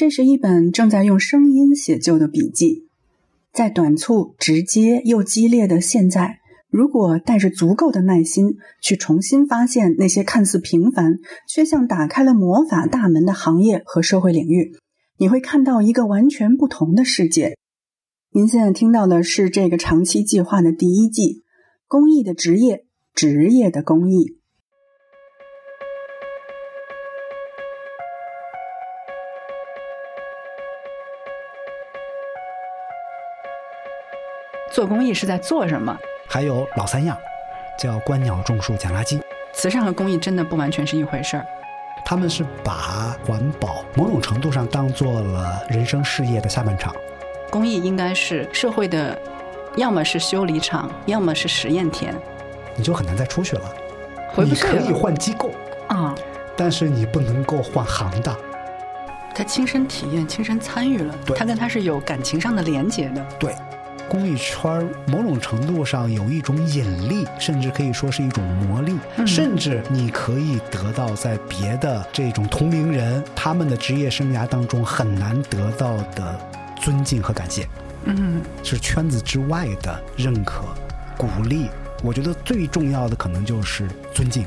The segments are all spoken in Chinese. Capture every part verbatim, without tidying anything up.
这是一本正在用声音写就的笔记。在短促、直接又激烈的现在，如果带着足够的耐心去重新发现那些看似平凡却像打开了魔法大门的行业和社会领域，你会看到一个完全不同的世界。您现在听到的是这个长期计划的第一季，公益的职业，职业的公益。 做公益是在做什么？ 还有老三样，叫观鸟种树捡垃圾。 慈善和公益真的不完全是一回事儿。 他们是把环保某种程度上当做了人生事业的下半场。 公益应该是社会的，要么是修理厂，要么是实验田。 你就很难再出去了， 回不去了。 你可以换机构啊、嗯， 但是你不能够换行当。 他亲身体验、亲身参与了，他跟他是有感情上的连结的。 对。公益圈某种程度上有一种引力，甚至可以说是一种魔力、嗯、甚至你可以得到在别的这种同龄人他们的职业生涯当中很难得到的尊敬和感谢。 嗯， 是圈子之外的认可鼓励。我觉得最重要的可能就是尊敬。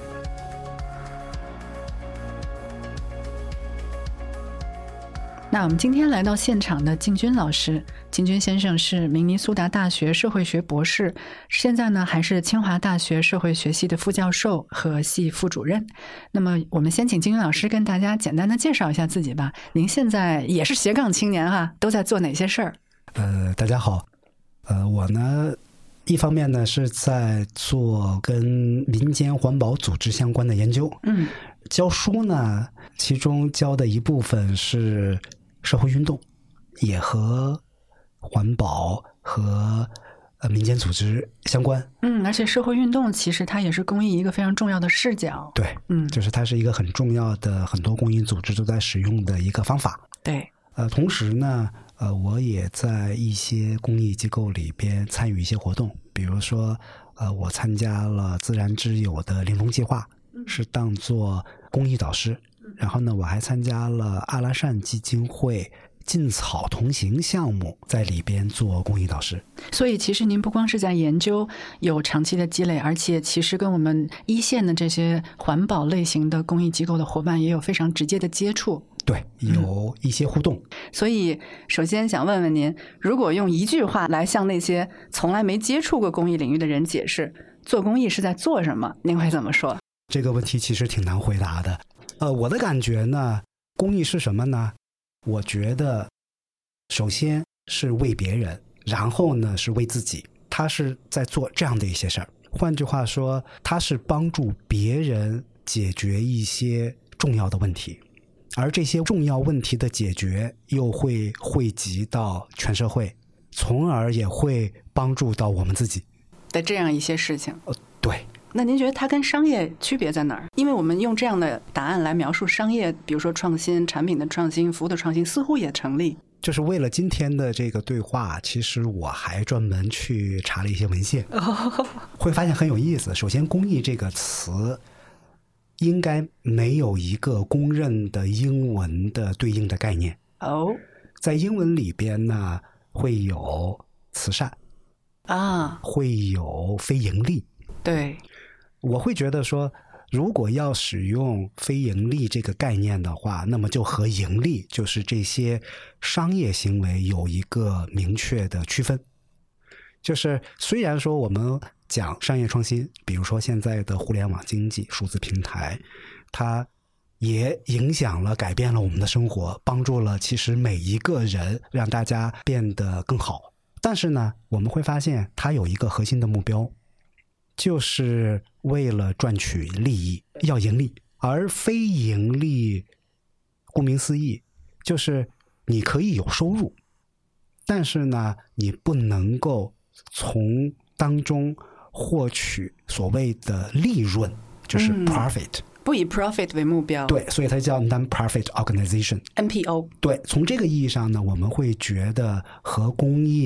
那我们今天来到现场的进军老师，进军先生是明尼苏达大学社会学博士，现在呢还是清华大学社会学系的副教授和系副主任。那么我们先请进军老师跟大家简单的介绍一下自己吧。您现在也是斜杠青年哈，都在做哪些事儿？ 呃，大家好，呃，我呢一方面呢是在做跟民间环保组织相关的研究， 嗯， 教书呢，其中教的一部分是社会运动，也和环保和呃民间组织相关。 嗯，而且社会运动其实它也是公益一个非常重要的视角。 对， 嗯， 就是它是一个很重要的，很多公益组织都在使用的一个方法。 对， 呃，同时呢，呃，我也在一些公益机构里边参与一些活动，比如说，呃，我参加了自然之友的玲珑计划，是当做公益导师。然后呢，我还参加了阿拉善基金会禁草同行项目，在里边做公益导师。 所以其实您不光是在研究有长期的积累，而且其实跟我们一线的这些环保类型的公益机构的伙伴也有非常直接的接触。 对，有一些互动、 嗯、所以首先想问问您，如果用一句话来向那些从来没接触过公益领域的人解释做公益是在做什么，您会怎么说？ 这个问题其实挺难回答的。呃，我的感觉呢，公益是什么呢？我觉得首先是为别人，然后呢是为自己，他是在做这样的一些事儿。换句话说，他是帮助别人解决一些重要的问题，而这些重要问题的解决又会汇集到全社会，从而也会帮助到我们自己的这样一些事情。 呃，对。 那您觉得它跟商业区别在哪儿？因为我们用这样的答案来描述商业，比如说创新、产品的创新、服务的创新，似乎也成立。 就是为了今天的这个对话，其实我还专门去查了一些文献，会发现很有意思。首先，公益这个词应该没有一个公认的英文的对应的概念。 哦，在英文里边呢，会有慈善啊， 会有非盈利。 对。 我会觉得说，如果要使用非盈利这个概念的话，那么就和盈利，就是这些商业行为有一个明确的区分。就是虽然说我们讲商业创新，比如说现在的互联网经济、数字平台，它也影响了、改变了我们的生活，帮助了其实每一个人，让大家变得更好。但是呢，我们会发现它有一个核心的目标，就是为了赚取利益，要盈利。而非盈利顾名思义，就是你可以有收入，但是呢，你不能够从当中获取所谓的利润，就是 profit、嗯、 不以 profit 为目标。 对，所以它叫 non-profit organization N P O。 对，从这个意义上呢，我们会觉得和公益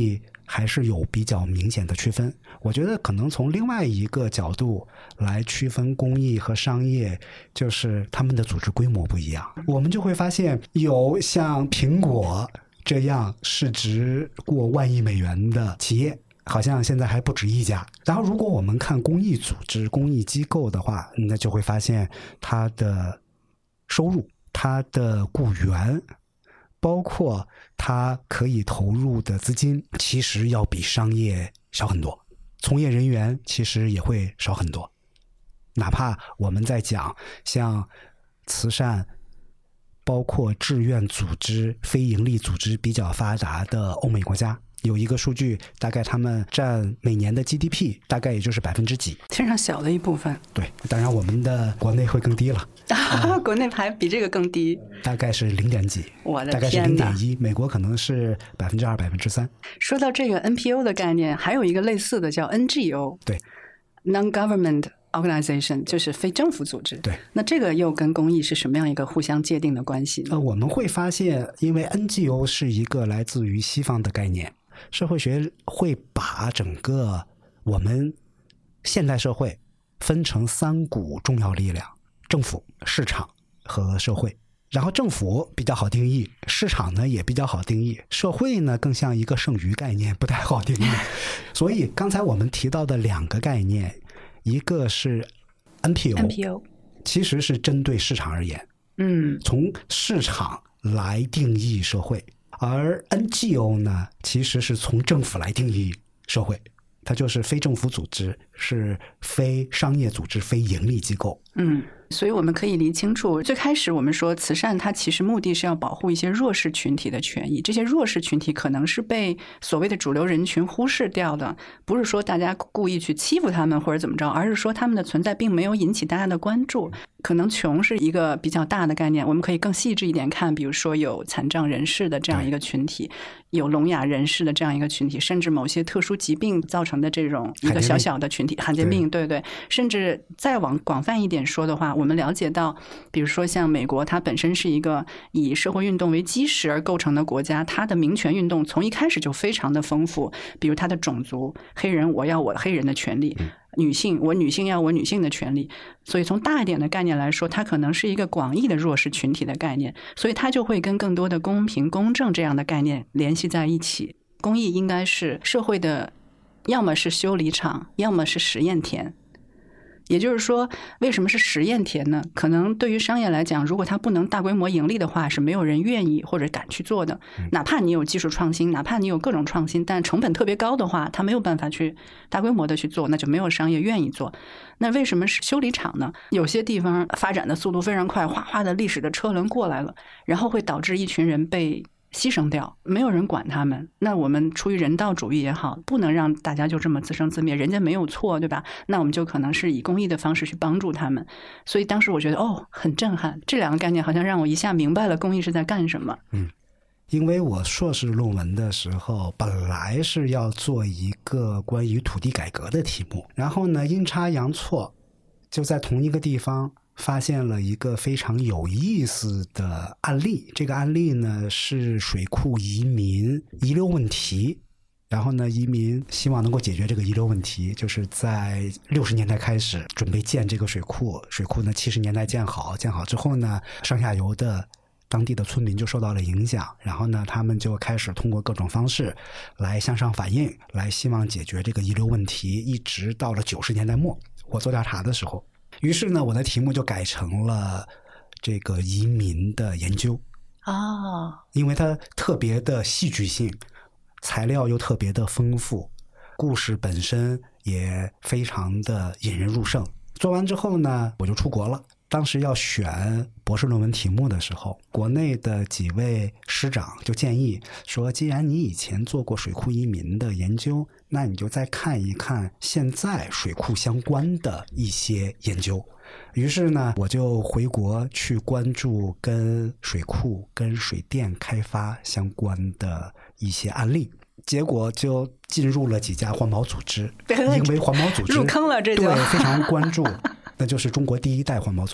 还是有比较明显的区分。我觉得可能从另外一个角度来区分公益和商业，就是他们的组织规模不一样。我们就会发现有像苹果这样市值过万亿美元的企业，好像现在还不止一家。然后如果我们看公益组织、公益机构的话，那就会发现它的收入、它的雇员，包括它可以投入的资金，其实要比商业小很多，从业人员其实也会少很多。哪怕我们在讲像慈善，包括志愿组织、非营利组织比较发达的欧美国家，有一个数据，大概他们占每年的 G D P 大概也就是百分之几， 非常小的一部分。 对，当然我们的国内会更低了， 啊、国内还比这个更低， 大概是零点几， 我的天哪， 大概是零点一，美国可能是百分之二、百分之三。 说到这个 N P O 的概念，还有一个类似的叫 N G O， 对 ，Non-Government Organization， 就是非政府组织。 对， 那这个又跟公益是什么样一个互相界定的关系呢？ 呃，我们会发现，因为 N G O 是一个来自于西方的概念，社会学会把整个我们现代社会分成三股重要力量：政府、市场和社会。然后政府比较好定义，市场呢也比较好定义，社会呢更像一个剩余概念，不太好定义。所以刚才我们提到的两个概念，一个是 N P O， N P O 其实是针对市场而言， 嗯， 从市场来定义社会，而 N G O 呢，其实是从政府来定义社会，它就是非政府组织，是非商业组织、非盈利机构。 嗯，所以我们可以理清楚，最开始我们说慈善它其实目的是要保护一些弱势群体的权益，这些弱势群体可能是被所谓的主流人群忽视掉的，不是说大家故意去欺负他们或者怎么着，而是说他们的存在并没有引起大家的关注。可能穷是一个比较大的概念，我们可以更细致一点看，比如说有残障人士的这样一个群体，有聋哑人士的这样一个群体，甚至某些特殊疾病造成的这种一个小小的群体，罕见病，对对，甚至再往广泛一点说的话，我们了解到，比如说像美国，它本身是一个以社会运动为基石而构成的国家，它的民权运动从一开始就非常的丰富，比如它的种族，黑人我要我黑人的权利，女性我女性要我女性的权利，所以从大一点的概念来说，它可能是一个广义的弱势群体的概念，所以它就会跟更多的公平公正这样的概念联系在一起。公益应该是社会的要么是修理厂，要么是实验田。也就是说，为什么是实验田呢？可能对于商业来讲，如果它不能大规模盈利的话，是没有人愿意或者敢去做的。哪怕你有技术创新，哪怕你有各种创新，但成本特别高的话，它没有办法去大规模的去做，那就没有商业愿意做。那为什么是修理厂呢？有些地方发展的速度非常快，哗哗的历史的车轮过来了，然后会导致一群人被牺牲掉，没有人管他们。那我们出于人道主义也好，不能让大家就这么自生自灭，人家没有错，对吧？那我们就可能是以公益的方式去帮助他们。所以当时我觉得哦，很震撼，这两个概念好像让我一下明白了公益是在干什么。 嗯，因为我硕士论文的时候本来是要做一个关于土地改革的题目，然后呢阴差阳错就在同一个地方发现了一个非常有意思的案例。这个案例呢是水库移民遗留问题，然后呢移民希望能够解决这个遗留问题，就是在六十年代开始准备建这个水库，水库呢七十年代建好，建好之后呢上下游的当地的村民就受到了影响，然后呢他们就开始通过各种方式来向上反映，来希望解决这个遗留问题，一直到了九十年代末我做调查的时候，于是呢我的题目就改成了这个移民的研究哦， 因为它特别的戏剧性，材料又特别的丰富，故事本身也非常的引人入胜。做完之后呢我就出国了，当时要选博士论文题目的时候，国内的几位师长就建议说，既然你以前做过水库移民的研究，那你就再看一看现在水库相关的一些研究。于是呢我就回国去关注跟水库跟水电开发相关的一些案例，结果就进入了几家环保组织，因为环保组织入坑了，这就对非常关注那就是中国第一代环保组织，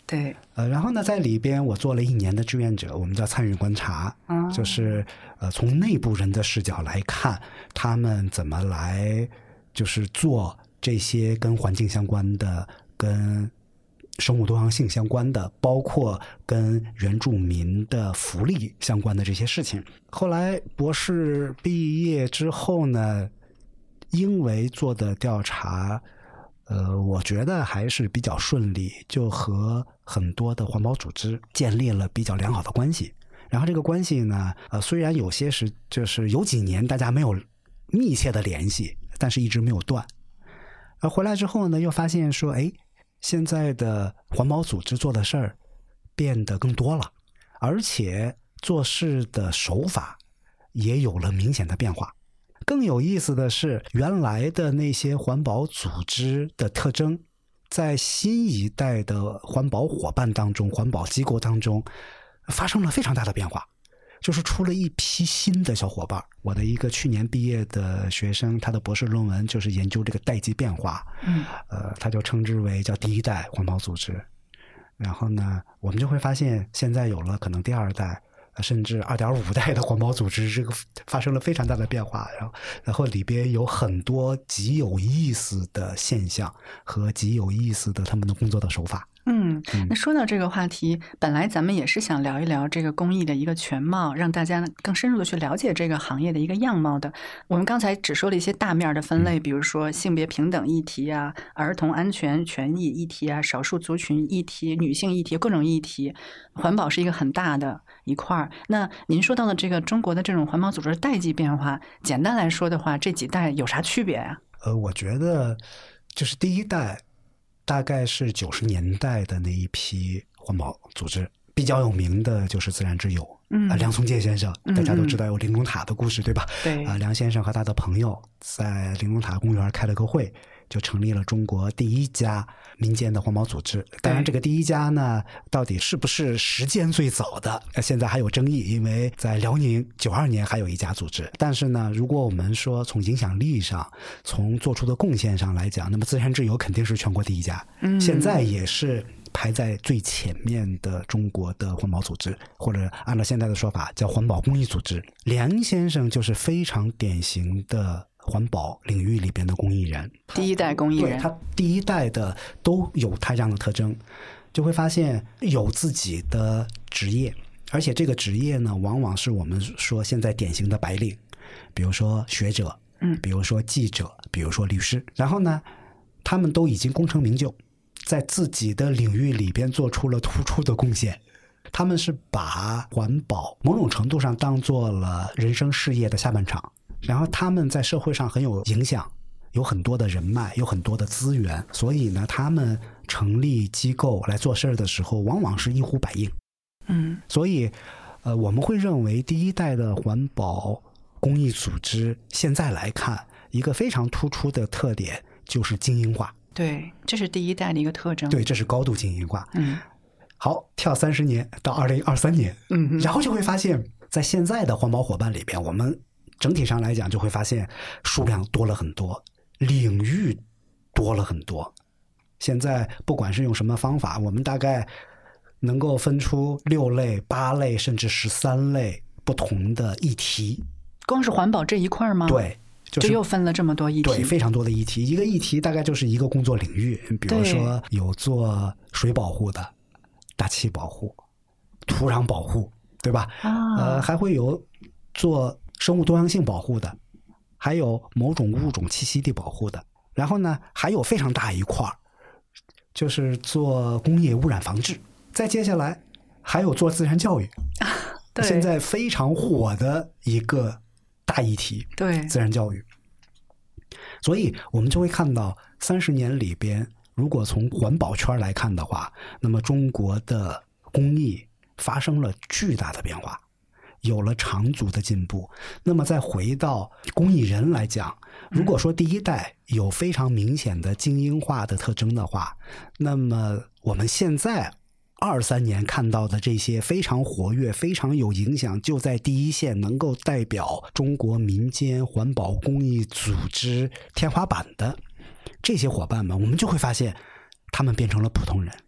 对， 呃，然后呢，在里边我做了一年的志愿者，我们叫参与观察， 哦、 就是呃从内部人的视角来看，他们怎么来就是做这些跟环境相关的、跟生物多样性相关的，包括跟原住民的福利相关的这些事情。后来博士毕业之后呢，因为做的调查呃，我觉得还是比较顺利，就和很多的环保组织建立了比较良好的关系。然后这个关系呢，呃，虽然有些是就是有几年大家没有密切的联系，但是一直没有断。而回来之后呢，又发现说，哎，现在的环保组织做的事儿变得更多了，而且做事的手法也有了明显的变化。更有意思的是，原来的那些环保组织的特征，在新一代的环保伙伴当中、环保机构当中发生了非常大的变化，就是出了一批新的小伙伴。我的一个去年毕业的学生，他的博士论文就是研究这个代际变化， 嗯， 呃，他就称之为叫第一代环保组织。然后呢，我们就会发现，现在有了可能第二代。甚至 二点五 代的环保组织，这个发生了非常大的变化，然后然后里边有很多极有意思的现象和极有意思的他们的工作的手法。 嗯，那说到这个话题，本来咱们也是想聊一聊这个公益的一个全貌，让大家更深入的去了解这个行业的一个样貌的。我们刚才只说了一些大面的分类，比如说性别平等议题啊、儿童安全权益议题啊、少数族群议题、女性议题、各种议题，环保是一个很大的一块。那您说到的这个中国的这种环保组织的代际变化，简单来说的话，这几代有啥区别啊？ 呃，我觉得就是第一代大概是九十年代的那一批环保组织，比较有名的就是自然之友，嗯，呃、梁松介先生，大家都知道有玲珑塔的故事，对吧？ 对， 啊、呃，梁先生和他的朋友在玲珑塔公园开了个会，就成立了中国第一家民间的环保组织。当然，这个第一家呢，到底是不是时间最早的，现在还有争议，因为在辽宁九二年还有一家组织。但是呢，如果我们说从影响力上，从做出的贡献上来讲，那么自然之友肯定是全国第一家，嗯，现在也是排在最前面的中国的环保组织，或者按照现在的说法叫环保公益组织。梁先生就是非常典型的环保领域里边的公益人， 第一代公益人， 对，他第一代的都有他这样的特征，就会发现有自己的职业，而且这个职业呢，往往是我们说现在典型的白领，比如说学者，嗯，比如说记者，比如说律师，然后呢，他们都已经功成名就，在自己的领域里边做出了突出的贡献。他们是把环保某种程度上当做了人生事业的下半场。然后他们在社会上很有影响，有很多的人脉，有很多的资源，所以呢，他们成立机构来做事的时候，往往是一呼百应。嗯，所以，呃，我们会认为第一代的环保公益组织，现在来看，一个非常突出的特点就是精英化。 对，这是第一代的一个特征。 对，这是高度精英化。 嗯， 好，跳三十年到二零二三年，嗯，然后就会发现，在现在的环保伙伴里边，我们整体上来讲就会发现数量多了很多，领域多了很多。现在不管是用什么方法，我们大概能够分出六类、八类甚至十三类不同的议题。 光是环保这一块吗？ 对，就是、 就又分了这么多议题。 对，非常多的议题。一个议题大概就是一个工作领域，比如说有做水保护的、大气保护、土壤保护，对吧？啊，呃，还会有做生物多样性保护的，还有某种物种栖息地保护的，然后呢，还有非常大一块就是做工业污染防治。再接下来还有做自然教育，啊、现在非常火的一个大议题， 对， 自然教育。所以我们就会看到，三十年里边，如果从环保圈来看的话，那么中国的公益发生了巨大的变化。有了长足的进步。那么再回到公益人来讲，如果说第一代有非常明显的精英化的特征的话，那么我们现在二三年看到的这些非常活跃、非常有影响，就在第一线能够代表中国民间环保公益组织天花板的这些伙伴们，我们就会发现他们变成了普通人。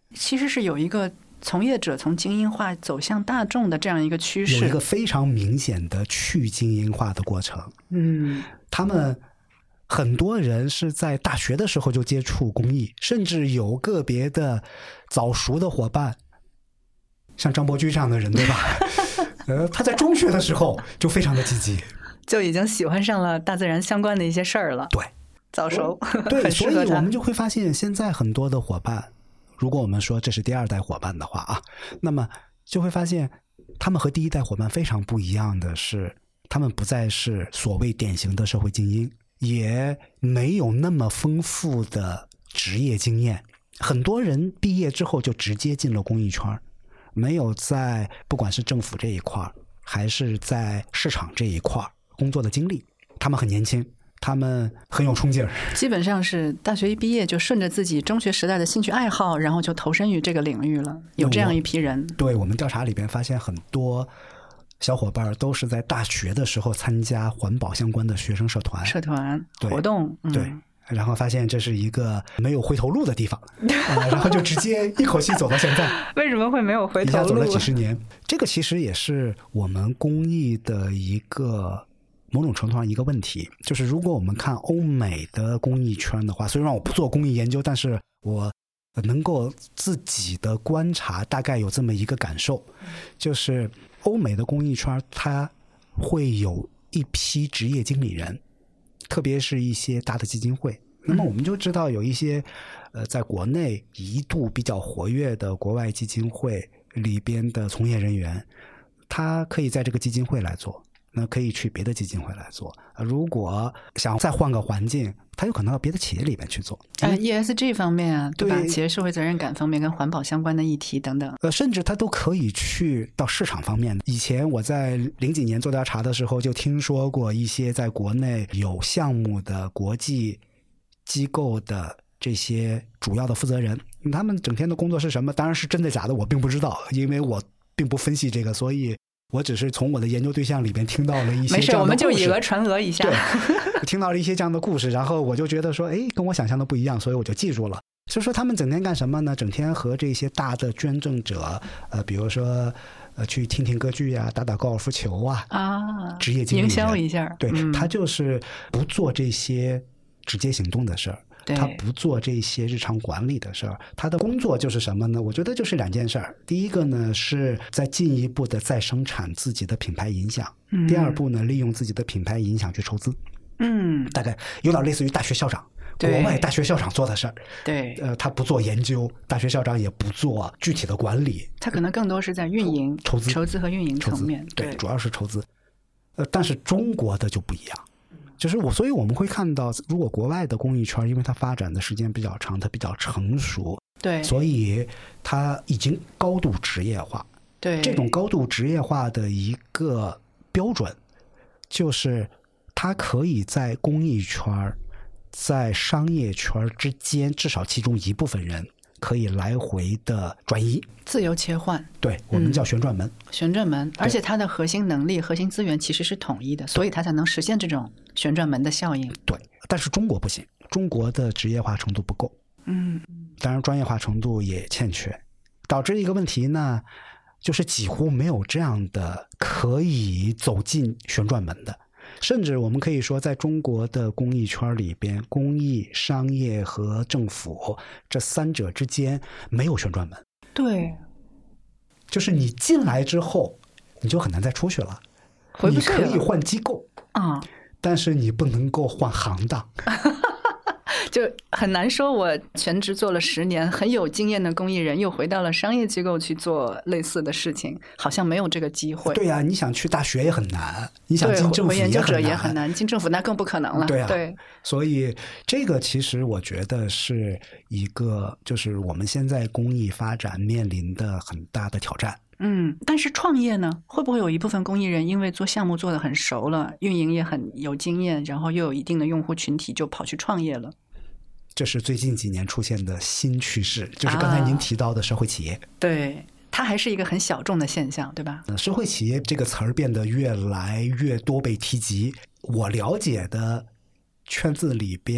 其实是有一个从业者从精英化走向大众的这样一个趋势， 有一个非常明显的去精英化的过程。 嗯， 他们很多人是在大学的时候就接触公益，甚至有个别的早熟的伙伴，像张伯驹这样的人，对吧？呃，他在中学的时候就非常的积极， 就已经喜欢上了大自然相关的一些事儿了。 对， 早熟， 对，所以我们就会发现，现在很多的伙伴，如果我们说这是第二代伙伴的话啊，那么就会发现，他们和第一代伙伴非常不一样的是，他们不再是所谓典型的社会精英，也没有那么丰富的职业经验。很多人毕业之后就直接进了公益圈，没有在不管是政府这一块还是在市场这一块工作的经历。他们很年轻，他们很有冲劲儿， 基本上是大学一毕业就顺着自己中学时代的兴趣爱好，然后就投身于这个领域了。有这样一批人。对， 我们调查里边发现很多小伙伴都是在大学的时候参加环保相关的学生社团、 社团活动， 对。嗯对，然后发现这是一个没有回头路的地方，呃、然后就直接一口气走到现在。 为什么会没有回头路？ 一下走了几十年，这个其实也是我们公益的一个某种程度上一个问题，就是如果我们看欧美的公益圈的话，虽然我不做公益研究，但是我能够自己的观察，大概有这么一个感受，就是欧美的公益圈它会有一批职业经理人，特别是一些大的基金会。那么我们就知道有一些呃，在国内一度比较活跃的国外基金会里边的从业人员，他可以在这个基金会来做，那可以去别的基金会来做。如果想再换个环境，他有可能到别的企业里面去做。 呃 E S G 方面啊，对吧？对，企业社会责任感方面跟环保相关的议题等等。 呃，甚至他都可以去到市场方面。以前我在零几年做调查的时候，就听说过一些在国内有项目的国际机构的这些主要的负责人，他们整天的工作是什么？当然是真的假的，我并不知道，因为我并不分析这个，所以我只是从我的研究对象里边听到了一些这样的故事。没事， 我们就以讹传讹一下。 对，听到了一些这样的故事，然后我就觉得说，哎，跟我想象的不一样，所以我就记住了。所以说他们整天干什么呢？整天和这些大的捐赠者，呃，比如说呃，去听听歌剧啊，打打高尔夫球啊， 啊， 职业经理人营销一下。 对、 嗯、 他就是不做这些直接行动的事儿。他不做这些日常管理的事儿，他的工作就是什么呢？我觉得就是两件事儿。第一个呢，是在进一步的再生产自己的品牌影响；嗯、第二步呢，利用自己的品牌影响去筹资。 嗯， 大概有点类似于大学校长，国外大学校长做的事儿。 对， 呃，他不做研究，大学校长也不做具体的管理， 他可能更多是在运营、 筹资、 筹资和运营层面。 对， 对， 主要是筹资。呃，但是中国的就不一样。就是我，所以我们会看到，如果国外的公益圈，因为它发展的时间比较长，它比较成熟， 对， 所以它已经高度职业化。 对， 这种高度职业化的一个标准，就是它可以在公益圈、在商业圈之间，至少其中一部分人可以来回的转移， 自由切换。 对，我们叫旋转门。 嗯、旋转门，而且它的核心能力、核心资源其实是统一的，所以它才能实现这种旋转门的效应。 对，但是中国不行，中国的职业化程度不够， 嗯， 当然专业化程度也欠缺，导致一个问题呢，就是几乎没有这样的可以走进旋转门的。甚至我们可以说，在中国的公益圈里边，公益、商业和政府这三者之间没有旋转门。 对， 就是你进来之后，你就很难再出去了。 回不去了。 你可以换机构啊、嗯， 但是你不能够换行当。 就很难说，我全职做了十年，很有经验的公益人，又回到了商业机构去做类似的事情，好像没有这个机会。 对呀、啊，你想去大学也很难，你想进政府也很难， 研究者也很难，进政府那更不可能了。 对啊， 对， 所以这个其实我觉得是一个，就是我们现在公益发展面临的很大的挑战。 嗯，但是创业呢，会不会有一部分公益人因为做项目做得很熟了，运营也很有经验，然后又有一定的用户群体，就跑去创业了？ 这是最近几年出现的新趋势，就是刚才您提到的社会企业。啊、 对，它还是一个很小众的现象，对吧？ 社会企业这个词儿变得越来越多被提及。我了解的圈子里边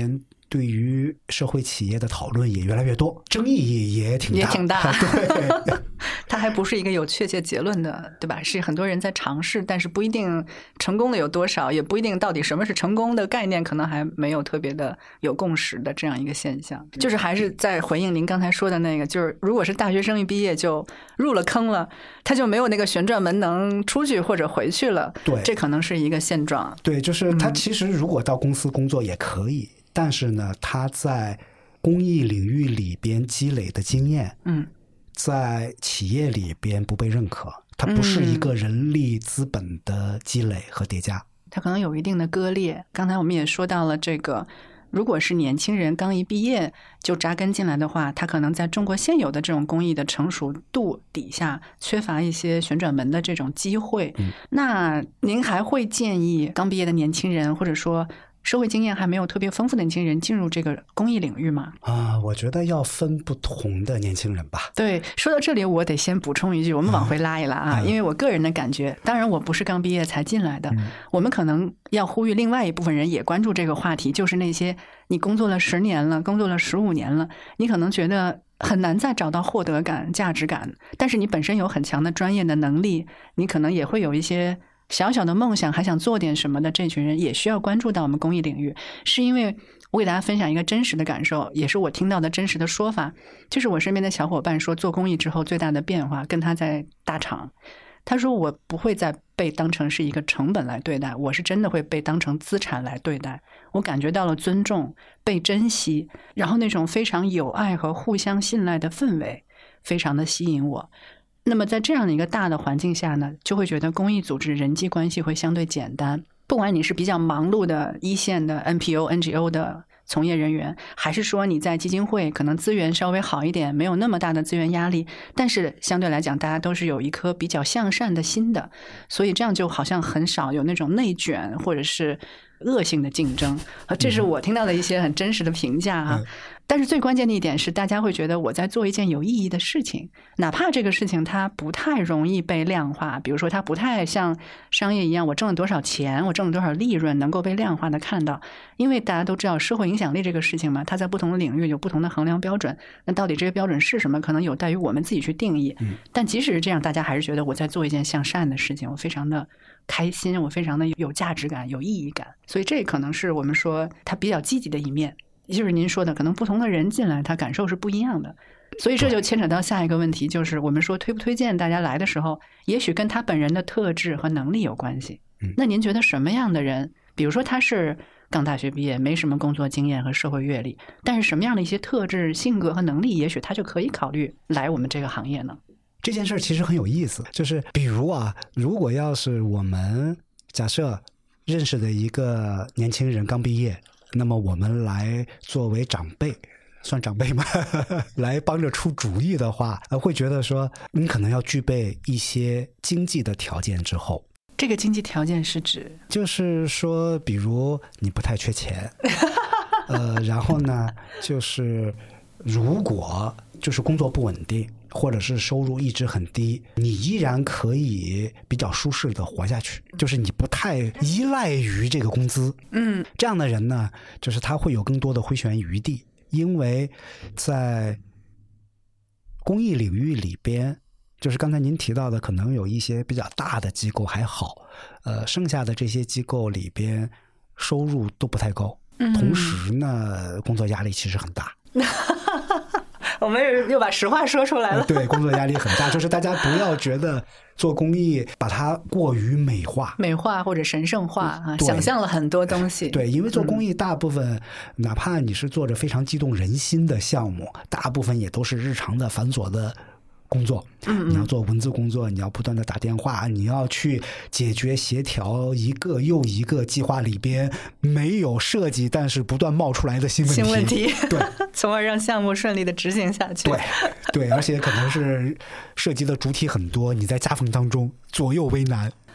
对于社会企业的讨论也越来越多，争议也挺大， 也挺大。 对， 它还不是一个有确切结论的，对吧？是很多人在尝试，但是不一定成功的有多少，也不一定到底什么是成功的概念，可能还没有特别的有共识的这样一个现象。就是还是在回应您刚才说的那个，就是如果是大学生一毕业就入了坑了，他就没有那个旋转门能出去或者回去了。 对， 这可能是一个现状。 对，就是他其实如果到公司工作也可以，嗯、但是呢，他在公益领域里边积累的经验，嗯，在企业里边不被认可，它不是一个人力资本的积累和叠加， 它可能有一定的割裂。刚才我们也说到了这个，如果是年轻人刚一毕业就扎根进来的话，他可能在中国现有的这种工艺的成熟度底下缺乏一些旋转门的这种机会。嗯、那您还会建议刚毕业的年轻人，或者说社会经验还没有特别丰富的年轻人进入这个公益领域吗？ 啊，我觉得要分不同的年轻人吧。 对，说到这里我得先补充一句，我们往回拉一拉啊，嗯、因为我个人的感觉，当然我不是刚毕业才进来的，嗯、我们可能要呼吁另外一部分人也关注这个话题，就是那些你工作了十年了，工作了十五年了，你可能觉得很难再找到获得感、价值感，但是你本身有很强的专业的能力，你可能也会有一些小小的梦想，还想做点什么的，这群人也需要关注到我们公益领域。是因为我给大家分享一个真实的感受，也是我听到的真实的说法，就是我身边的小伙伴说，做公益之后最大的变化跟他在大厂，他说我不会再被当成是一个成本来对待，我是真的会被当成资产来对待，我感觉到了尊重，被珍惜，然后那种非常有爱和互相信赖的氛围非常的吸引我。那么在这样的一个大的环境下呢，就会觉得公益组织人际关系会相对简单，不管你是比较忙碌的一线的 N P O、N G O 的从业人员，还是说你在基金会可能资源稍微好一点，没有那么大的资源压力，但是相对来讲大家都是有一颗比较向善的心的，所以这样就好像很少有那种内卷或者是恶性的竞争，这是我听到的一些很真实的评价啊。嗯、但是最关键的一点是，大家会觉得我在做一件有意义的事情，哪怕这个事情它不太容易被量化，比如说它不太像商业一样，我挣了多少钱，我挣了多少利润能够被量化的看到，因为大家都知道社会影响力这个事情嘛，它在不同的领域有不同的衡量标准，那到底这些标准是什么，可能有待于我们自己去定义。嗯、但即使是这样，大家还是觉得我在做一件向善的事情，我非常的开心，我非常的有价值感、有意义感，所以这可能是我们说它比较积极的一面。也就是您说的，可能不同的人进来他感受是不一样的，所以这就牵扯到下一个问题，就是我们说推不推荐大家来的时候，也许跟他本人的特质和能力有关系。那您觉得什么样的人，比如说他是刚大学毕业，没什么工作经验和社会阅历，但是什么样的一些特质、性格和能力，也许他就可以考虑来我们这个行业呢？ 这件事其实很有意思，就是比如啊，如果要是我们假设认识的一个年轻人刚毕业，那么我们来作为长辈，算长辈吗？来帮着出主意的话，会觉得说你可能要具备一些经济的条件之后。 这个经济条件是指？ 就是说比如你不太缺钱呃，然后呢就是如果就是工作不稳定，或者是收入一直很低，你依然可以比较舒适的活下去，就是你不太依赖于这个工资。嗯，这样的人呢，就是他会有更多的挥拳余地，因为在公益领域里边，就是刚才您提到的，可能有一些比较大的机构还好，呃，剩下的这些机构里边收入都不太高，嗯、同时呢，工作压力其实很大。 我们又把实话说出来了、呃、 对，工作压力很大，就是大家不要觉得做公益把它过于美化美化或者神圣化啊，想象了很多东西。 对，因为做公益大部分、嗯、哪怕你是做着非常激动人心的项目，大部分也都是日常的繁琐的工作。嗯嗯，你要做文字工作，你要不断的打电话，你要去解决协调一个又一个计划里边没有设计但是不断冒出来的新问题， 新问题， 对， 从而让项目顺利的执行下去。 对对，而且可能是涉及的主体很多，你在夹缝当中左右为难。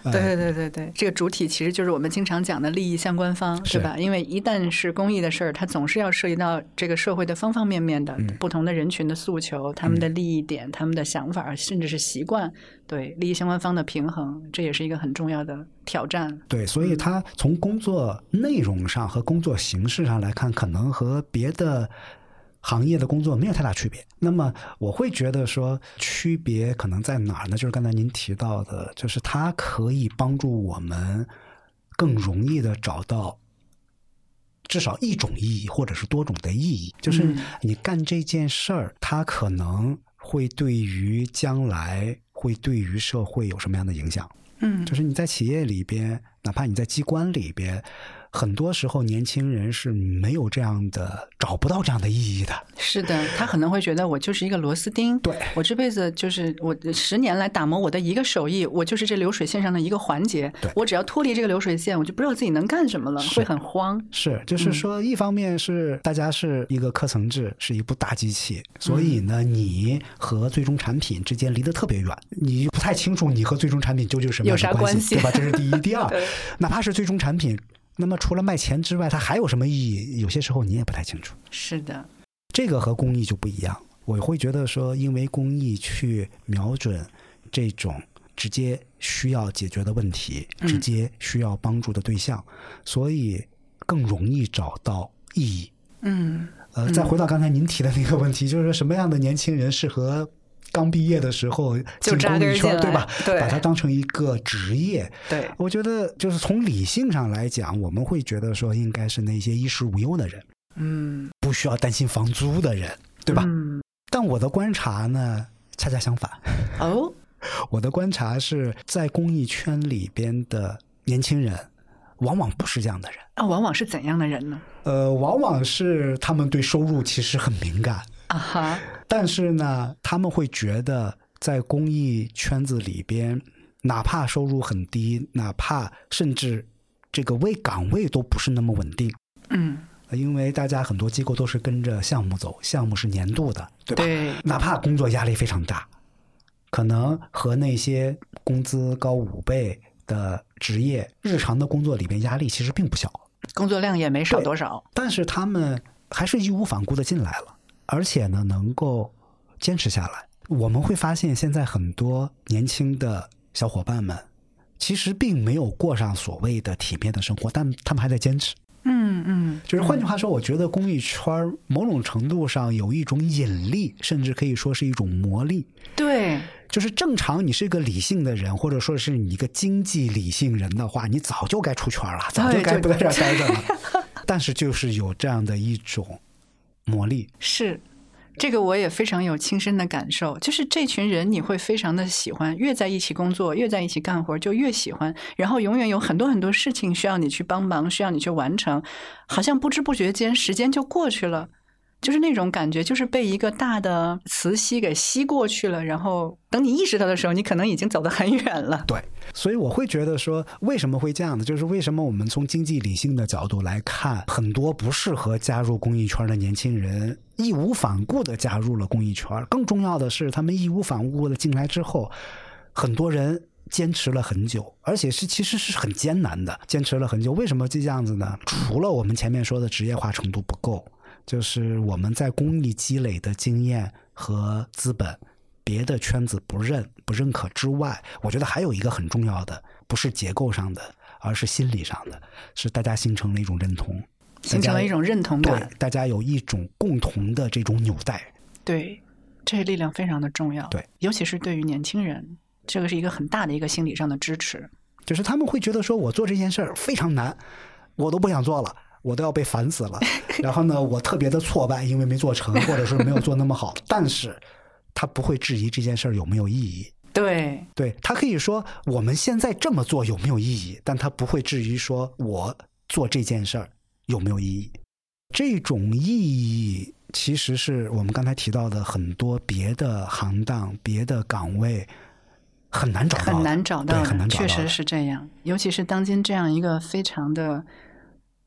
对对对对对，这个主体其实就是我们经常讲的利益相关方，对吧？因为一旦是公益的事儿，它总是要涉及到这个社会的方方面面的、嗯、不同的人群的诉求、他们的利益点、嗯、他们的想法，甚至是习惯，对利益相关方的平衡，这也是一个很重要的挑战。 对，所以它从工作内容上和工作形式上来看，可能和别的行业的工作没有太大区别。那么我会觉得说区别可能在哪儿呢？就是刚才您提到的，就是它可以帮助我们更容易的找到至少一种意义或者是多种的意义。就是你干这件事儿，它可能会对于将来会对于社会有什么样的影响。 嗯， 就是你在企业里边，哪怕你在机关里边，很多时候年轻人是没有这样的，找不到这样的意义的。 是的，他可能会觉得我就是一个螺丝钉， 对， 我这辈子就是我十年来打磨我的一个手艺，我就是这流水线上的一个环节，我只要脱离这个流水线，我就不知道自己能干什么了，会很慌。 是，就是说一方面是大家是一个科层制，是一部大机器，所以呢你和最终产品之间离得特别远，你不太清楚你和最终产品究竟是什么样的关系，对吧？这是第一。第二，哪怕是最终产品，那么除了卖钱之外，它还有什么意义？有些时候你也不太清楚。 是的， 这个和公益就不一样。我会觉得说，因为公益去瞄准这种直接需要解决的问题， 嗯、 直接需要帮助的对象，所以更容易找到意义。 嗯， 呃，再回到刚才您提的那个问题，就是什么样的年轻人适合刚毕业的时候进公益圈，对吧？ 对， 把它当成一个职业。 对， 我觉得就是从理性上来讲，我们会觉得说应该是那些衣食无忧的人， 嗯， 不需要担心房租的人，对吧？ 嗯。 但我的观察呢，恰恰相反。 哦， 我的观察是在公益圈里边的年轻人，往往不是这样的人。 啊，往往是怎样的人呢？ 呃，往往是他们对收入其实很敏感。 啊哈， 但是呢，他们会觉得在公益圈子里边，哪怕收入很低，哪怕甚至这个位岗位都不是那么稳定。 嗯， 因为大家很多机构都是跟着项目走，项目是年度的，对吧？ 对， 哪怕工作压力非常大，可能和那些工资高五倍的职业，日常的工作里边压力其实并不小， 工作量也没少多少， 但是他们还是义无反顾的进来了。而且呢，能够坚持下来。我们会发现，现在很多年轻的小伙伴们，其实并没有过上所谓的体面的生活，但他们还在坚持。 嗯嗯， 就是换句话说，我觉得公益圈某种程度上有一种引力，甚至可以说是一种魔力。 对， 就是正常你是一个理性的人，或者说是你一个经济理性人的话，你早就该出圈了，早就该不在这儿待着了。但是就是有这样的一种魔力。 是，这个我也非常有亲身的感受，就是这群人你会非常的喜欢，越在一起工作，越在一起干活就越喜欢，然后永远有很多很多事情需要你去帮忙，需要你去完成，好像不知不觉间时间就过去了，就是那种感觉，就是被一个大的磁吸给吸过去了，然后等你意识到的时候，你可能已经走得很远了。 对，所以我会觉得说，为什么会这样呢？就是为什么我们从经济理性的角度来看，很多不适合加入公益圈的年轻人义无反顾的加入了公益圈，更重要的是他们义无反顾的进来之后，很多人坚持了很久，而且是其实是很艰难的，坚持了很久。为什么这样子呢？除了我们前面说的职业化程度不够，就是我们在公益积累的经验和资本别的圈子不认不认可之外，我觉得还有一个很重要的，不是结构上的，而是心理上的，是大家形成了一种认同， 形成了一种认同感， 对，大家有一种共同的这种纽带。 对，这力量非常的重要。 对， 尤其是对于年轻人，这个是一个很大的一个心理上的支持。 就是他们会觉得说，我做这件事儿非常难，我都不想做了，我都要被烦死了。然后呢，我特别的挫败，因为没做成，或者是没有做那么好。但是他不会质疑这件事儿有没有意义。 对， 对，他可以说我们现在这么做有没有意义，但他不会质疑说我做这件事儿有没有意义。这种意义其实是我们刚才提到的很多别的行当、别的岗位很难找到的， 很难找到的， 很难找到的， 确实是这样。尤其是当今这样一个非常的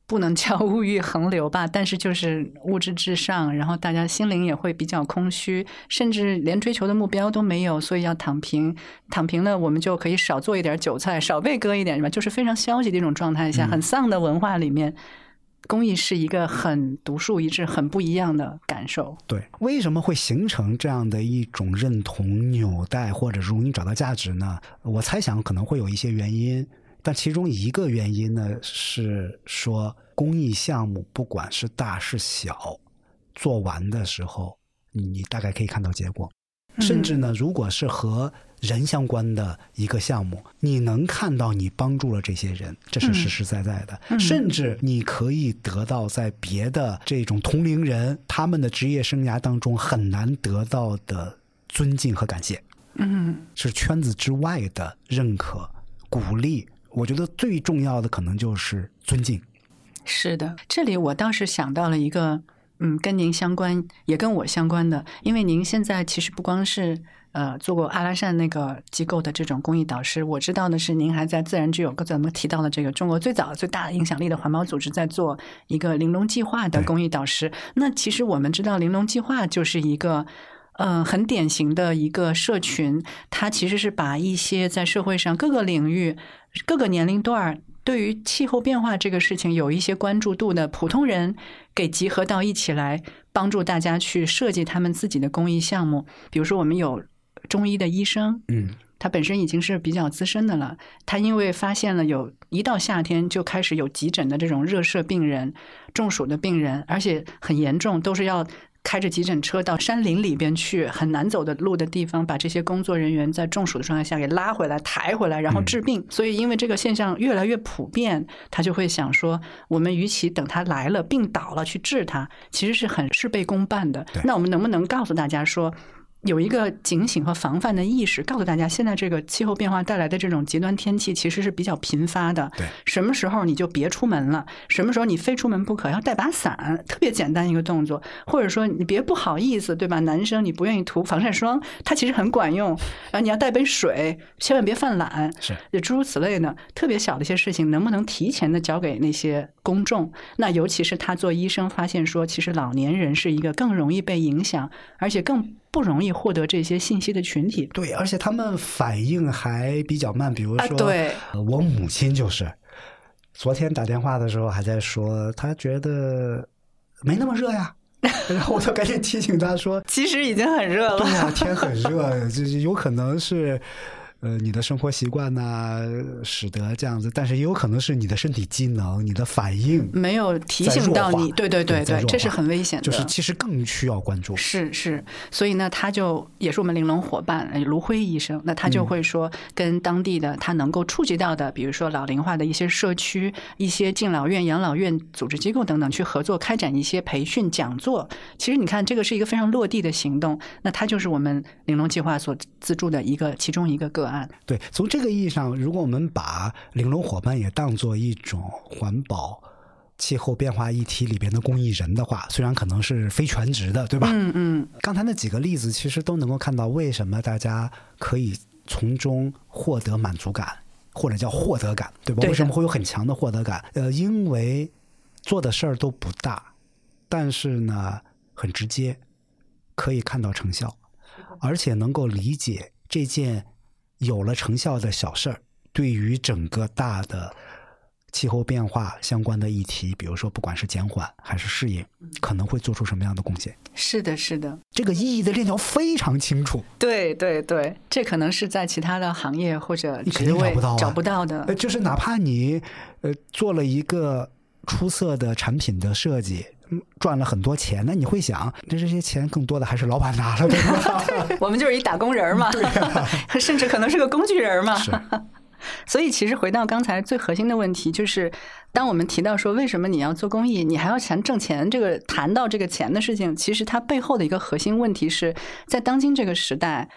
不能叫物欲横流吧，但是就是物质至上，然后大家心灵也会比较空虚，甚至连追求的目标都没有，所以要躺平。躺平了，我们就可以少做一点韭菜，少被割一点，就是非常消极的一种状态下，很丧的文化里面，公益是一个很独树一帜、很不一样的感受。 对，为什么会形成这样的一种认同纽带，或者容易找到价值呢？我猜想可能会有一些原因。但其中一个原因呢，是说公益项目不管是大是小，做完的时候你大概可以看到结果。甚至呢，如果是和人相关的一个项目，你能看到你帮助了这些人，这是实实在在的。嗯、甚至你可以得到在别的这种同龄人他们的职业生涯当中很难得到的尊敬和感谢。嗯，是圈子之外的认可、鼓励。我觉得最重要的可能就是尊敬。 是的，这里我倒是想到了一个，嗯，跟您相关，也跟我相关的，因为您现在其实不光是呃做过阿拉善那个机构的这种公益导师，我知道的是您还在自然之友，咱们提到了这个中国最早最大的影响力的环保组织，在做一个玲珑计划的公益导师。那其实我们知道玲珑计划就是一个嗯，很典型的一个社群，它其实是把一些在社会上各个领域、各个年龄段对于气候变化这个事情有一些关注度的普通人，给集合到一起来，帮助大家去设计他们自己的公益项目。比如说，我们有中医的医生，嗯，他本身已经是比较资深的了，他因为发现了有一到夏天就开始有急诊的这种热射病人、中暑的病人，而且很严重，都是要开着急诊车到山林里边去，很难走的路的地方，把这些工作人员在中暑的状态下给拉回来、抬回来，然后治病。嗯、所以因为这个现象越来越普遍，他就会想说，我们与其等他来了、病倒了去治他，其实是很事倍功半的。那我们能不能告诉大家说，有一个警醒和防范的意识，告诉大家现在这个气候变化带来的这种极端天气其实是比较频发的。对，什么时候你就别出门了，什么时候你非出门不可，要带把伞，特别简单一个动作。或者说你别不好意思，对吧？男生你不愿意涂防晒霜，它其实很管用。然后你要带杯水，千万别犯懒，是，也诸如此类的特别小的一些事情，能不能提前的交给那些公众？那尤其是他做医生发现说，其实老年人是一个更容易被影响，而且更不容易获得这些信息的群体。 对，而且他们反应还比较慢。比如说、啊、 对、 呃、我母亲就是昨天打电话的时候还在说，她觉得没那么热呀，然后我就赶紧提醒她说其实已经很热了。 对呀，天很热，就是有可能是呃，你的生活习惯呐、啊，使得这样子，但是也有可能是你的身体机能、你的反应没有提醒到你，对对对对，这是很危险的， 就是其实更需要关注。 是是，所以呢，他就也是我们玲珑伙伴卢辉医生，那他就会说，嗯、跟当地的他能够触及到的，比如说老龄化的一些社区、一些敬老院、养老院组织机构等等，去合作开展一些培训讲座。其实你看，这个是一个非常落地的行动，那它就是我们玲珑计划所资助的一个其中一个个案。 对，从这个意义上，如果我们把玲珑伙伴也当作一种环保、气候变化议题里边的公益人的话，虽然可能是非全职的，对吧？嗯嗯。刚才那几个例子，其实都能够看到为什么大家可以从中获得满足感，或者叫获得感，对吧？对，为什么会有很强的获得感？呃，因为做的事儿都不大，但是呢，很直接，可以看到成效，而且能够理解这件有了成效的小事儿对于整个大的气候变化相关的议题，比如说不管是减缓还是适应，可能会做出什么样的贡献。 是的是的， 这个意义的链条非常清楚。 对对对，这可能是在其他的行业或者职位找不到、啊、找不到的。 就是哪怕你呃做了一个出色的产品的设计，赚了很多钱，那你会想，这这些钱更多的还是老板拿了，对吧？ 我们就是一打工人嘛，对啊、甚至可能是个工具人嘛。 是。 所以其实回到刚才最核心的问题，就是当我们提到说为什么你要做公益，你还要想挣钱，这个谈到这个钱的事情，其实它背后的一个核心问题是在当今这个时代，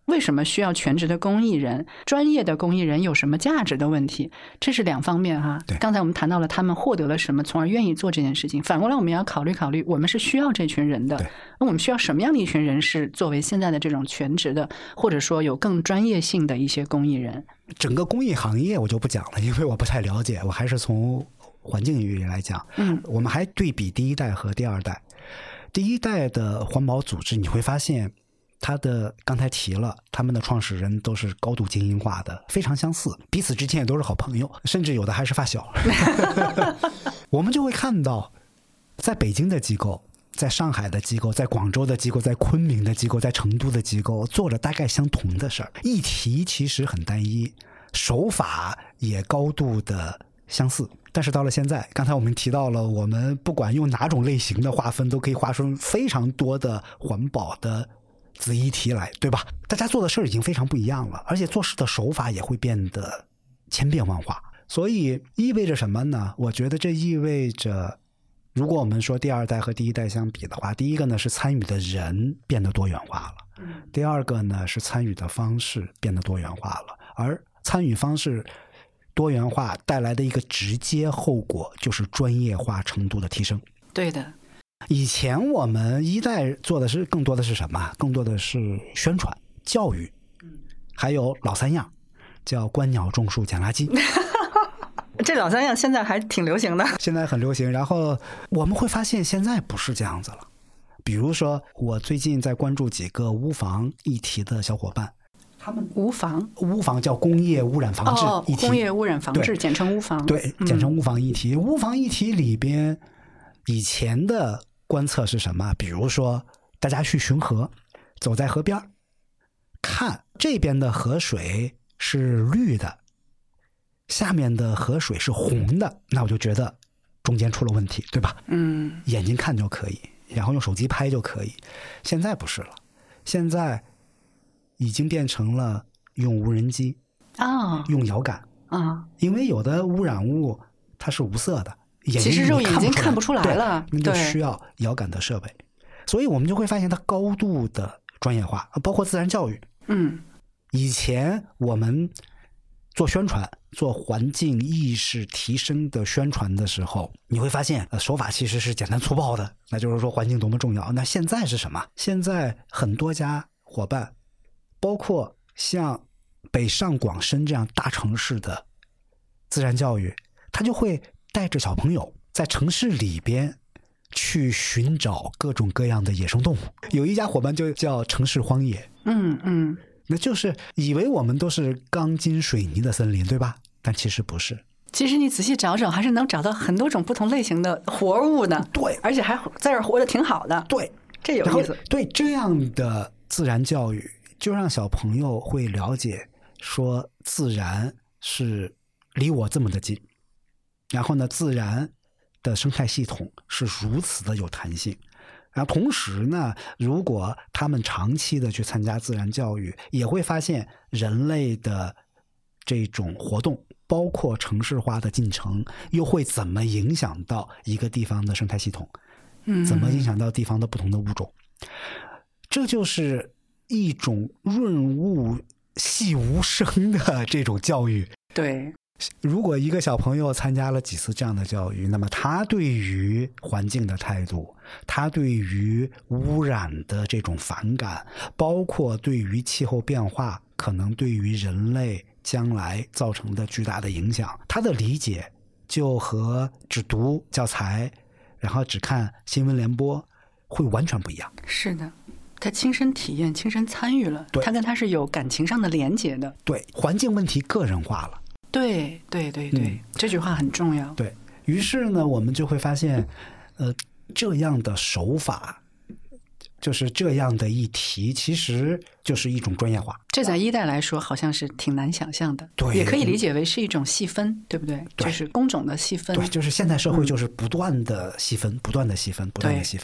为什么需要全职的公益人？专业的公益人有什么价值的问题？这是两方面哈。刚才我们谈到了他们获得了什么，从而愿意做这件事情。反过来，我们要考虑考虑，我们是需要这群人的。那我们需要什么样的一群人士作为现在的这种全职的，或者说有更专业性的一些公益人？ 整个公益行业我就不讲了，因为我不太了解，我还是从环境领域来讲。嗯，我们还对比第一代和第二代。第一代的环保组织，你会发现他的刚才提了，他们的创始人都是高度精英化的，非常相似，彼此之间也都是好朋友，甚至有的还是发小。我们就会看到，在北京的机构，在上海的机构，在广州的机构，在昆明的机构，在成都的机构，做了大概相同的事儿，议题其实很单一，手法也高度的相似。但是到了现在，刚才我们提到了，我们不管用哪种类型的划分，都可以划出非常多的环保的子议题来，对吧？大家做的事儿已经非常不一样了，而且做事的手法也会变得千变万化。所以意味着什么呢？我觉得这意味着，如果我们说第二代和第一代相比的话，第一个呢是参与的人变得多元化了，第二个呢是参与的方式变得多元化了，而参与方式多元化带来的一个直接后果就是专业化程度的提升。 对的， 以前我们一代做的是更多的是什么？更多的是宣传、教育，还有老三样，叫观鸟、种树、捡垃圾。 这老三样现在还挺流行的， 现在很流行。然后我们会发现现在不是这样子了。比如说，我最近在关注几个污防议题的小伙伴。他们污防， 污防叫工业污染防治议题， 哦、工业污染防治，简称污防。 对，简称污防议题。嗯、污防议题里边，以前的观测是什么？比如说，大家去巡河，走在河边，看这边的河水是绿的，下面的河水是红的，那我就觉得中间出了问题，对吧？嗯，眼睛看就可以，然后用手机拍就可以。现在不是了，现在已经变成了用无人机啊、哦，用遥感啊、哦，因为有的污染物它是无色的，眼睛其实肉眼睛看不出来了， 那就需要遥感的设备。所以我们就会发现它高度的专业化，包括自然教育。嗯，以前我们做宣传、做环境意识提升的宣传的时候，你会发现、呃、手法其实是简单粗暴的，那就是说环境多么重要。那现在是什么？现在很多家伙伴，包括像北上广深这样大城市的自然教育，他就会带着小朋友在城市里边去寻找各种各样的野生动物。有一家伙伴就叫城市荒野，嗯嗯，那就是以为我们都是钢筋水泥的森林，对吧？但其实不是。 其实你仔细找找，还是能找到很多种不同类型的活物的。 对， 而且还在这儿活得挺好的。 对， 这有意思。 对，这样的自然教育就让小朋友会了解说自然是离我这么的近，然后呢，自然的生态系统是如此的有弹性。然后同时呢，如果他们长期的去参加自然教育，也会发现人类的这种活动，包括城市化的进程，又会怎么影响到一个地方的生态系统，嗯，怎么影响到地方的不同的物种。这就是一种润物细无声的这种教育。 对， 如果一个小朋友参加了几次这样的教育，那么他对于环境的态度，他对于污染的这种反感，包括对于气候变化可能对于人类将来造成的巨大的影响，他的理解就和只读教材然后只看新闻联播会完全不一样。 是的，他亲身体验、亲身参与了，他跟他是有感情上的连结的。 对，环境问题个人化了。 对对对对、嗯，这句话很重要。 对，于是呢，我们就会发现，呃，这样的手法，就是这样的议题，其实就是一种专业化。 这在一代来说，好像是挺难想象的。 对， 也可以理解为是一种细分，对不对？ 对， 就是工种的细分。 对，就是现代社会就是不断的细分，嗯、不断的细分，不断的细分。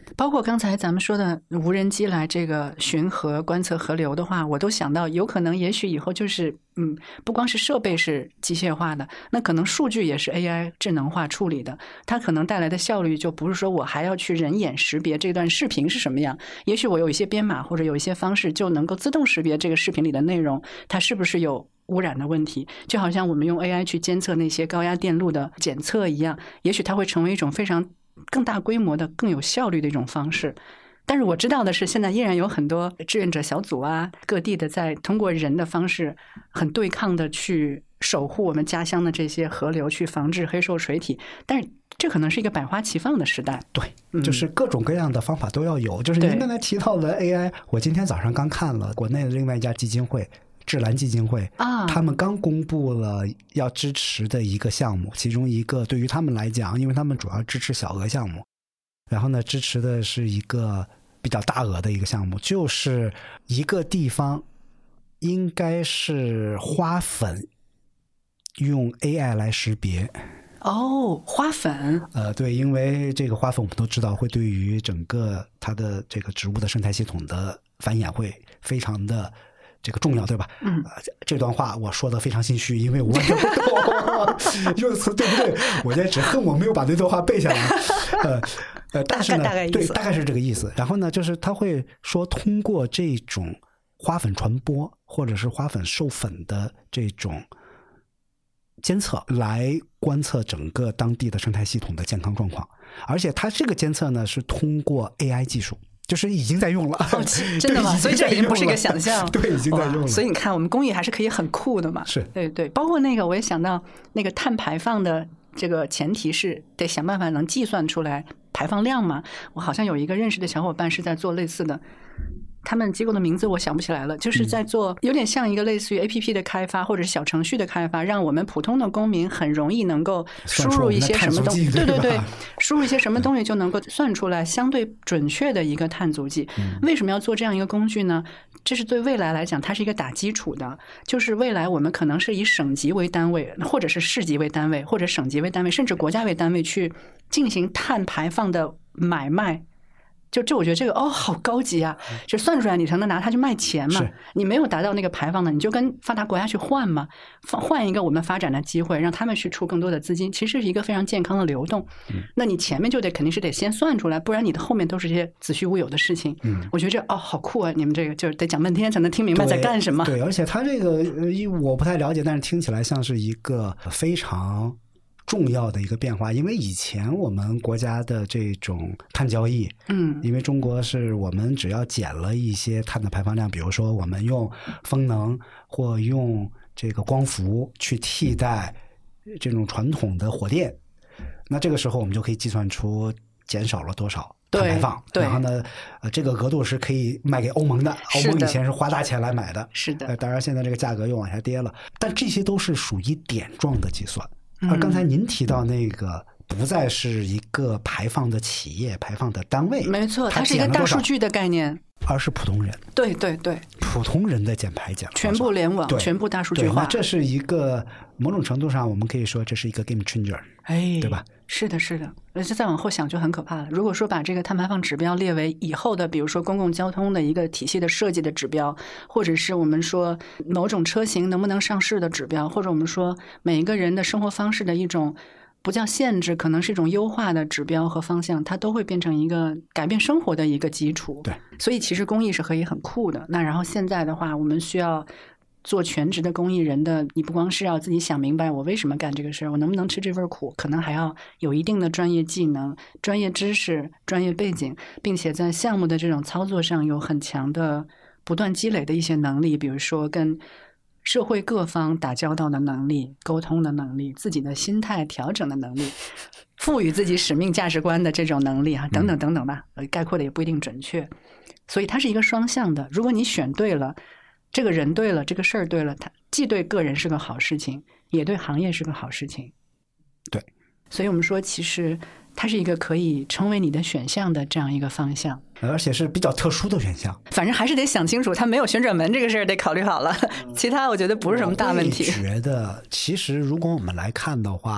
包括刚才咱们说的无人机来这个巡河观测河流的话，我都想到有可能也许以后就是嗯，不光是设备是机械化的，那可能数据也是 A I 智能化处理的，它可能带来的效率就不是说我还要去人眼识别这段视频是什么样，也许我有一些编码或者有一些方式就能够自动识别这个视频里的内容它是不是有污染的问题，就好像我们用 A I 去监测那些高压电路的检测一样，也许它会成为一种非常更大规模的更有效率的一种方式。但是我知道的是，现在依然有很多志愿者小组啊，各地的在通过人的方式很对抗的去守护我们家乡的这些河流，去防治黑瘦水体，但是这可能是一个百花齐放的时代。 对，就是各种各样的方法都要有、嗯、就是您刚才提到的 A I， 我今天早上刚看了国内的另外一家基金会智兰基金会啊，他们刚公布了要支持的一个项目，其中一个对于他们来讲，因为他们主要支持小额项目，然后呢支持的是一个比较大额的一个项目，就是一个地方应该是花粉用 A I 来识别。 哦，花粉。 呃，对，因为这个花粉我们都知道会对于整个它的这个植物的生态系统的繁衍会非常的这个重要，对吧？嗯、呃，这段话我说的非常心虚，因为我完全不懂用词对不对？我现在只恨我没有把那段话背下来。呃呃，但是呢， 大概大概意思对，大概是这个意思。然后呢，就是他会说，通过这种花粉传播或者是花粉授粉的这种监测，来观测整个当地的生态系统的健康状况。而且它这个监测呢，是通过 A I 技术。就是已经在用了。 哦，真的吗？所以这已经不是一个想象。 对，已经在用了。 所以你看，我们工艺还是可以很酷的嘛。 是， 对对。包括那个，我也想到那个碳排放的这个前提是得想办法能计算出来排放量嘛。我好像有一个认识的小伙伴是在做类似的。他们机构的名字我想不起来了，就是在做有点像一个类似于 A P P 的开发或者是小程序的开发，让我们普通的公民很容易能够输入一些什么东西，对对对，输入一些什么东西就能够算出来相对准确的一个碳足迹。为什么要做这样一个工具呢？这是对未来来讲它是一个打基础的，就是未来我们可能是以省级为单位，或者是市级为单位，或者省级为单位，甚至国家为单位去进行碳排放的买卖。就这我觉得这个哦好高级啊，就算出来你才能拿它去卖钱嘛。你没有达到那个排放的，你就跟发达国家去换嘛，换一个我们发展的机会，让他们去出更多的资金，其实是一个非常健康的流动。嗯、那你前面就得肯定是得先算出来，不然你的后面都是这些子虚乌有的事情。嗯，我觉得这哦好酷啊，你们这个就是得讲半天才能听明白在干什么。 对，对，而且他这个我不太了解，但是听起来像是一个非常重要的一个变化。因为以前我们国家的这种碳交易，嗯，因为中国是我们只要减了一些碳的排放量，比如说我们用风能或用这个光伏去替代这种传统的火电，那这个时候我们就可以计算出减少了多少碳排放。然后呢，呃，这个额度是可以卖给欧盟的，欧盟以前是花大钱来买的， 是的。 呃，当然现在这个价格又往下跌了，但这些都是属于点状的计算。而刚才您提到那个不再是一个排放的企业、排放的单位， 没错，它是一个大数据的概念， 而是普通人。 对对对， 普通人的减排减了全部联网，全部大数据化。 这是一个某种程度上，我们可以说这是一个 game changer， 哎， 对吧？ 是的，是的。而且再往后想就很可怕了。如果说把这个碳排放指标列为以后的，比如说公共交通的一个体系的设计的指标，或者是我们说某种车型能不能上市的指标，或者我们说每一个人的生活方式的一种不叫限制，可能是一种优化的指标和方向，它都会变成一个改变生活的一个基础。 对， 所以其实公益是可以很酷的。那然后现在的话，我们需要做全职的公益人的，你不光是要自己想明白我为什么干这个事儿，我能不能吃这份苦，可能还要有一定的专业技能、专业知识、专业背景，并且在项目的这种操作上有很强的不断积累的一些能力，比如说跟社会各方打交道的能力、沟通的能力、自己的心态调整的能力、赋予自己使命价值观的这种能力啊，等等等等吧，概括的也不一定准确。所以它是一个双向的，如果你选对了，这个人对了，这个事儿对了，它既对个人是个好事情，也对行业是个好事情。 对， 所以我们说其实它是一个可以成为你的选项的这样一个方向， 而且是比较特殊的选项。 反正还是得想清楚，它没有旋转门这个事儿得考虑好了，其他我觉得不是什么大问题。 我觉得其实如果我们来看的话，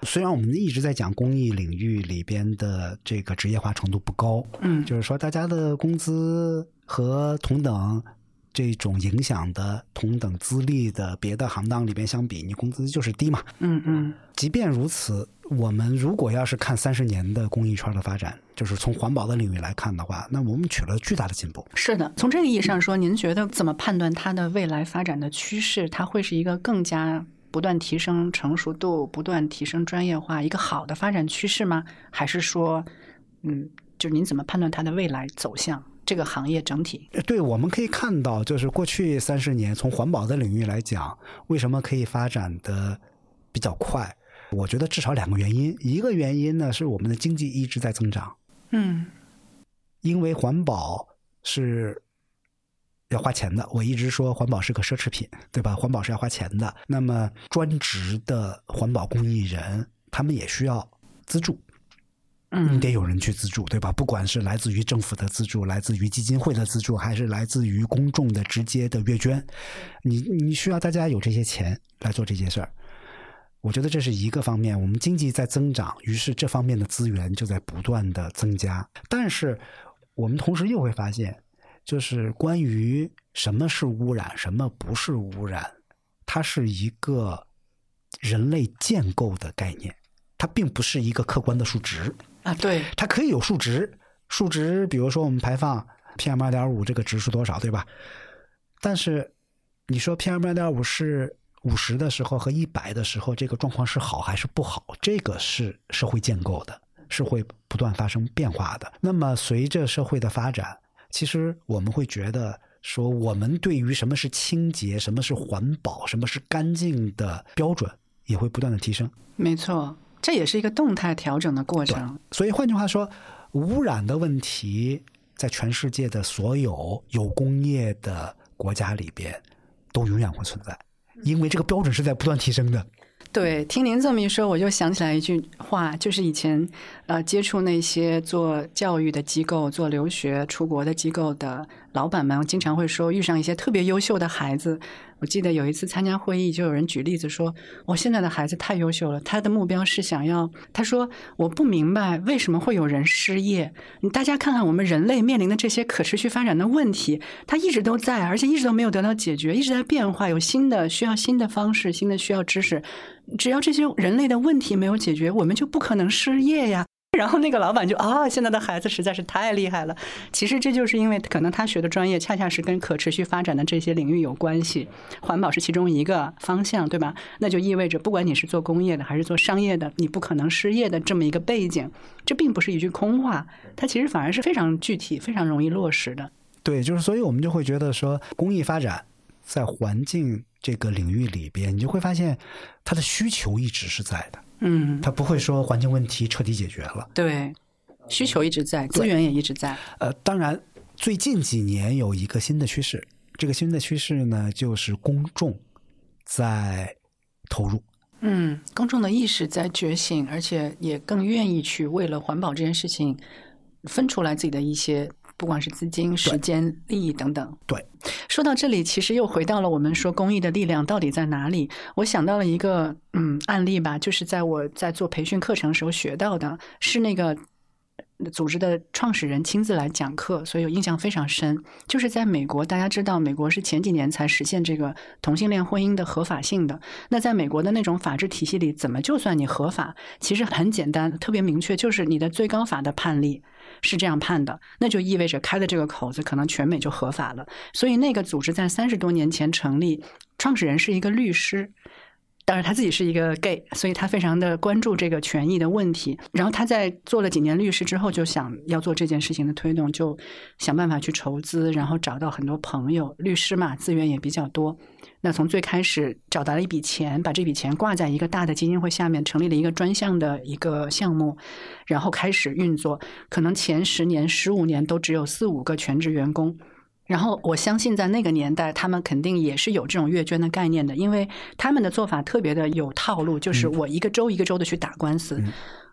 虽然我们一直在讲公益领域里边的这个职业化程度不高， 嗯， 就是说大家的工资和同等这种影响的同等资历的别的行当里边相比，你工资就是低嘛。 嗯嗯。 即便如此，我们如果要是看三十年的公益圈的发展，就是从环保的领域来看的话，那我们取了巨大的进步。 是的，从这个意义上说，您觉得怎么判断它的未来发展的趋势？它会是一个更加不断提升成熟度、不断提升专业化一个好的发展趋势吗？还是说，嗯，就是您怎么判断它的未来走向？这个行业整体， 对，我们可以看到，就是过去三十年，从环保的领域来讲，为什么可以发展的比较快？我觉得至少两个原因。一个原因呢，是我们的经济一直在增长， 嗯， 因为环保是要花钱的。我一直说环保是个奢侈品，对吧？环保是要花钱的。那么专职的环保公益人，他们也需要资助。你得有人去资助，对吧？不管是来自于政府的资助，来自于基金会的资助，还是来自于公众的直接的阅捐，你你需要大家有这些钱来做这些事儿。我觉得这是一个方面，我们经济在增长，于是这方面的资源就在不断的增加。但是我们同时又会发现，就是关于什么是污染，什么不是污染，它是一个人类建构的概念，它并不是一个客观的数值。 啊，对， 它可以有数值，数值，比如说我们排放 P M 二点五 这个值是多少，对吧？但是你说 P M 二点五 是五十的时候和一百的时候，这个状况是好还是不好？这个是社会建构的，是会不断发生变化的。那么随着社会的发展，其实我们会觉得说，我们对于什么是清洁、什么是环保、什么是干净的标准也会不断的提升。 没错。这也是一个动态调整的过程。 所以换句话说，污染的问题在全世界的所有有工业的国家里边都永远会存在，因为这个标准是在不断提升的。 对，听您这么一说，我就想起来一句话，就是以前呃接触那些做教育的机构、做留学出国的机构的老板们，经常会说，遇上一些特别优秀的孩子。我记得有一次参加会议，就有人举例子说，我现在的孩子太优秀了，他的目标是想要，他说我不明白为什么会有人失业，你大家看看我们人类面临的这些可持续发展的问题，它一直都在，而且一直都没有得到解决，一直在变化，有新的需要新的方式，新的需要知识，只要这些人类的问题没有解决，我们就不可能失业呀。然后那个老板就啊，现在的孩子实在是太厉害了。其实这就是因为可能他学的专业恰恰是跟可持续发展的这些领域有关系，环保是其中一个方向，对吧？那就意味着不管你是做工业的还是做商业的，你不可能失业的这么一个背景，这并不是一句空话，它其实反而是非常具体、非常容易落实的。 对，就是所以我们就会觉得说，公益发展在环境这个领域里边，你就会发现它的需求一直是在的。 嗯， 它不会说环境问题彻底解决了。 对，需求一直在，资源也一直在。 呃，当然，最近几年有一个新的趋势，这个新的趋势呢，就是公众在投入。 嗯，公众的意识在觉醒，而且也更愿意去为了环保这件事情分出来自己的一些，不管是资金、时间、利益等等。 对， 说到这里，其实又回到了我们说公益的力量到底在哪里。我想到了一个嗯案例吧，就是在我在做培训课程时候学到的，是那个组织的创始人亲自来讲课，所以有印象非常深。就是在美国，大家知道美国是前几年才实现这个同性恋婚姻的合法性的。那在美国的那种法治体系里，怎么就算你合法？其实很简单，特别明确，就是你的最高法的判例是这样判的，那就意味着开了这个口子，可能全美就合法了。所以那个组织在三十多年前成立，创始人是一个律师。当然他自己是一个 gay， 所以他非常的关注这个权益的问题。然后他在做了几年律师之后，就想要做这件事情的推动，就想办法去筹资，然后找到很多朋友，律师嘛，资源也比较多。那从最开始找到了一笔钱，把这笔钱挂在一个大的基金会下面，成立了一个专项的一个项目，然后开始运作。可能前十年、十五年都只有四五个全职员工。然后我相信在那个年代他们肯定也是有这种阅捐的概念的，因为他们的做法特别的有套路，就是我一个州一个州的去打官司，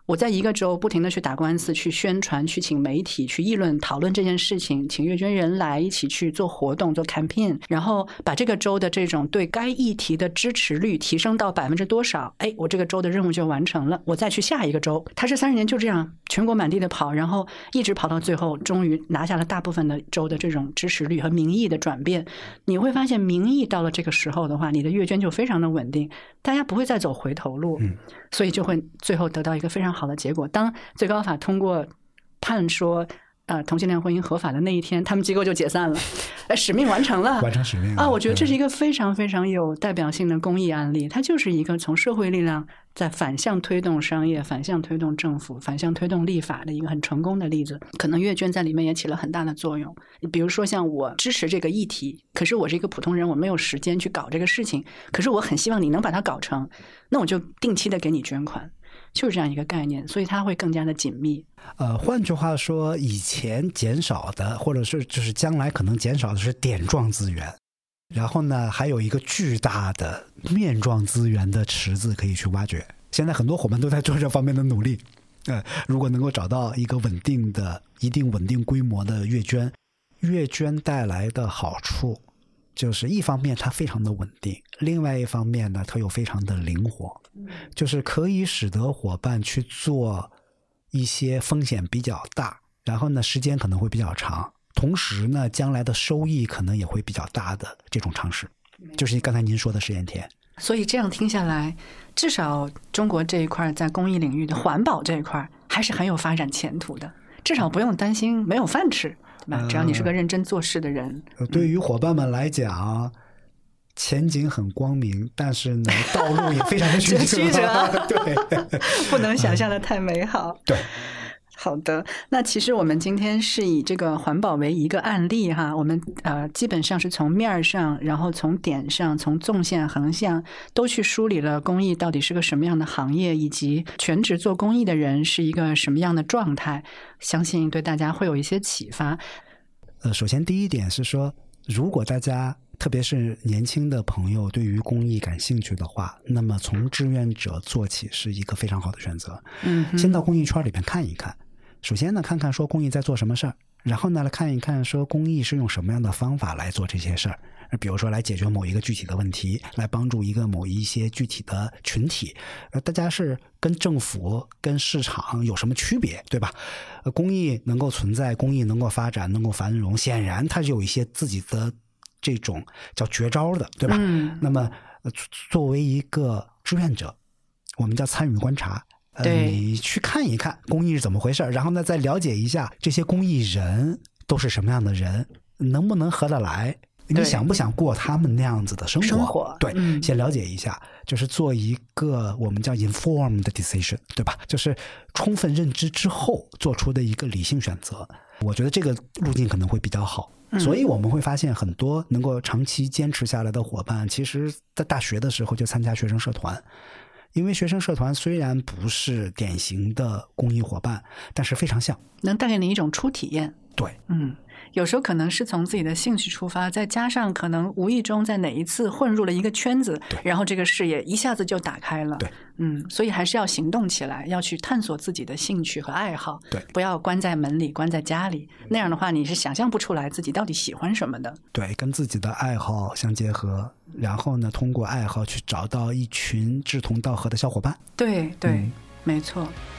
我在一个州不停的去打官司，去宣传，去请媒体去议论讨论这件事情，请阅捐人来一起去做活动做 campaign， 然后把这个州的这种对该议题的支持率提升到百分之多少，哎，我这个州的任务就完成了，我再去下一个州。他这三十年就这样全国满地的跑，然后一直跑到最后，终于拿下了大部分的州的这种支持率和民意的转变。你会发现民意到了这个时候的话，你的阅捐就非常的稳定，大家不会再走回头路， 嗯， 所以就会最后得到一个非常好的结果。当最高法通过判说呃同性恋婚姻合法的那一天，他们机构就解散了，呃使命完成了， 完成使命啊！我觉得这是一个非常非常有代表性的公益案例，它就是一个从社会力量在反向推动商业、反向推动政府、反向推动立法的一个很成功的例子。可能阅捐在里面也起了很大的作用。比如说像我支持这个议题，可是我是一个普通人，我没有时间去搞这个事情，可是我很希望你能把它搞成，那我就定期的给你捐款。就是这样一个概念，所以它会更加的紧密。 呃，换句话说，以前减少的，或者是就是将来可能减少的是点状资源，然后呢，还有一个巨大的面状资源的池子可以去挖掘。现在很多伙伴都在做这方面的努力。呃，如果能够找到一个稳定的、一定稳定规模的阅捐，阅捐带来的好处就是一方面它非常的稳定，另外一方面呢，它又非常的灵活，就是可以使得伙伴去做一些风险比较大，然后呢时间可能会比较长，同时呢将来的收益可能也会比较大的这种尝试，就是刚才您说的实验田。 所以这样听下来，至少中国这一块在公益领域的环保这一块还是很有发展前途的，至少不用担心没有饭吃，对吧？只要你是个认真做事的人。 呃、对于伙伴们来讲，前景很光明，但是呢，道路也非常的曲折，对， 不能想象的太美好。 嗯、对。 好的，那其实我们今天是以这个环保为一个案例哈，我们呃基本上是从面上，然后从点上，从纵线横向都去梳理了公益到底是个什么样的行业，以及全职做公益的人是一个什么样的状态，相信对大家会有一些启发。 呃，首先第一点是说，如果大家特别是年轻的朋友对于公益感兴趣的话，那么从志愿者做起是一个非常好的选择。 嗯， 先到公益圈里面看一看。首先呢，看看说公益在做什么事儿，然后呢，来看一看说公益是用什么样的方法来做这些事儿。比如说来解决某一个具体的问题，来帮助一个某一些具体的群体。呃，大家是跟政府、跟市场有什么区别，对吧？呃，公益能够存在，公益能够发展，能够繁荣，显然它是有一些自己的这种叫绝招的，对吧？ 嗯。 那么，呃，作为一个志愿者，我们叫参与观察。呃，你去看一看公益是怎么回事，然后呢，再了解一下这些公益人都是什么样的人，能不能合得来，你想不想过他们那样子的生活？ 生活对、 嗯， 先了解一下，就是做一个我们叫 informed decision， 对吧？就是充分认知之后做出的一个理性选择。我觉得这个路径可能会比较好。所以我们会发现很多能够长期坚持下来的伙伴，其实在大学的时候就参加学生社团。因为学生社团虽然不是典型的公益伙伴，但是非常像， 能带给你一种初体验。 对， 嗯，有时候可能是从自己的兴趣出发，再加上可能无意中在哪一次混入了一个圈子，然后这个视野一下子就打开了。 对， 嗯，所以还是要行动起来，要去探索自己的兴趣和爱好。 对， 不要关在门里，关在家里，那样的话你是想象不出来自己到底喜欢什么的。 对，跟自己的爱好相结合，然后呢，通过爱好去找到一群志同道合的小伙伴。 对对、嗯，没错。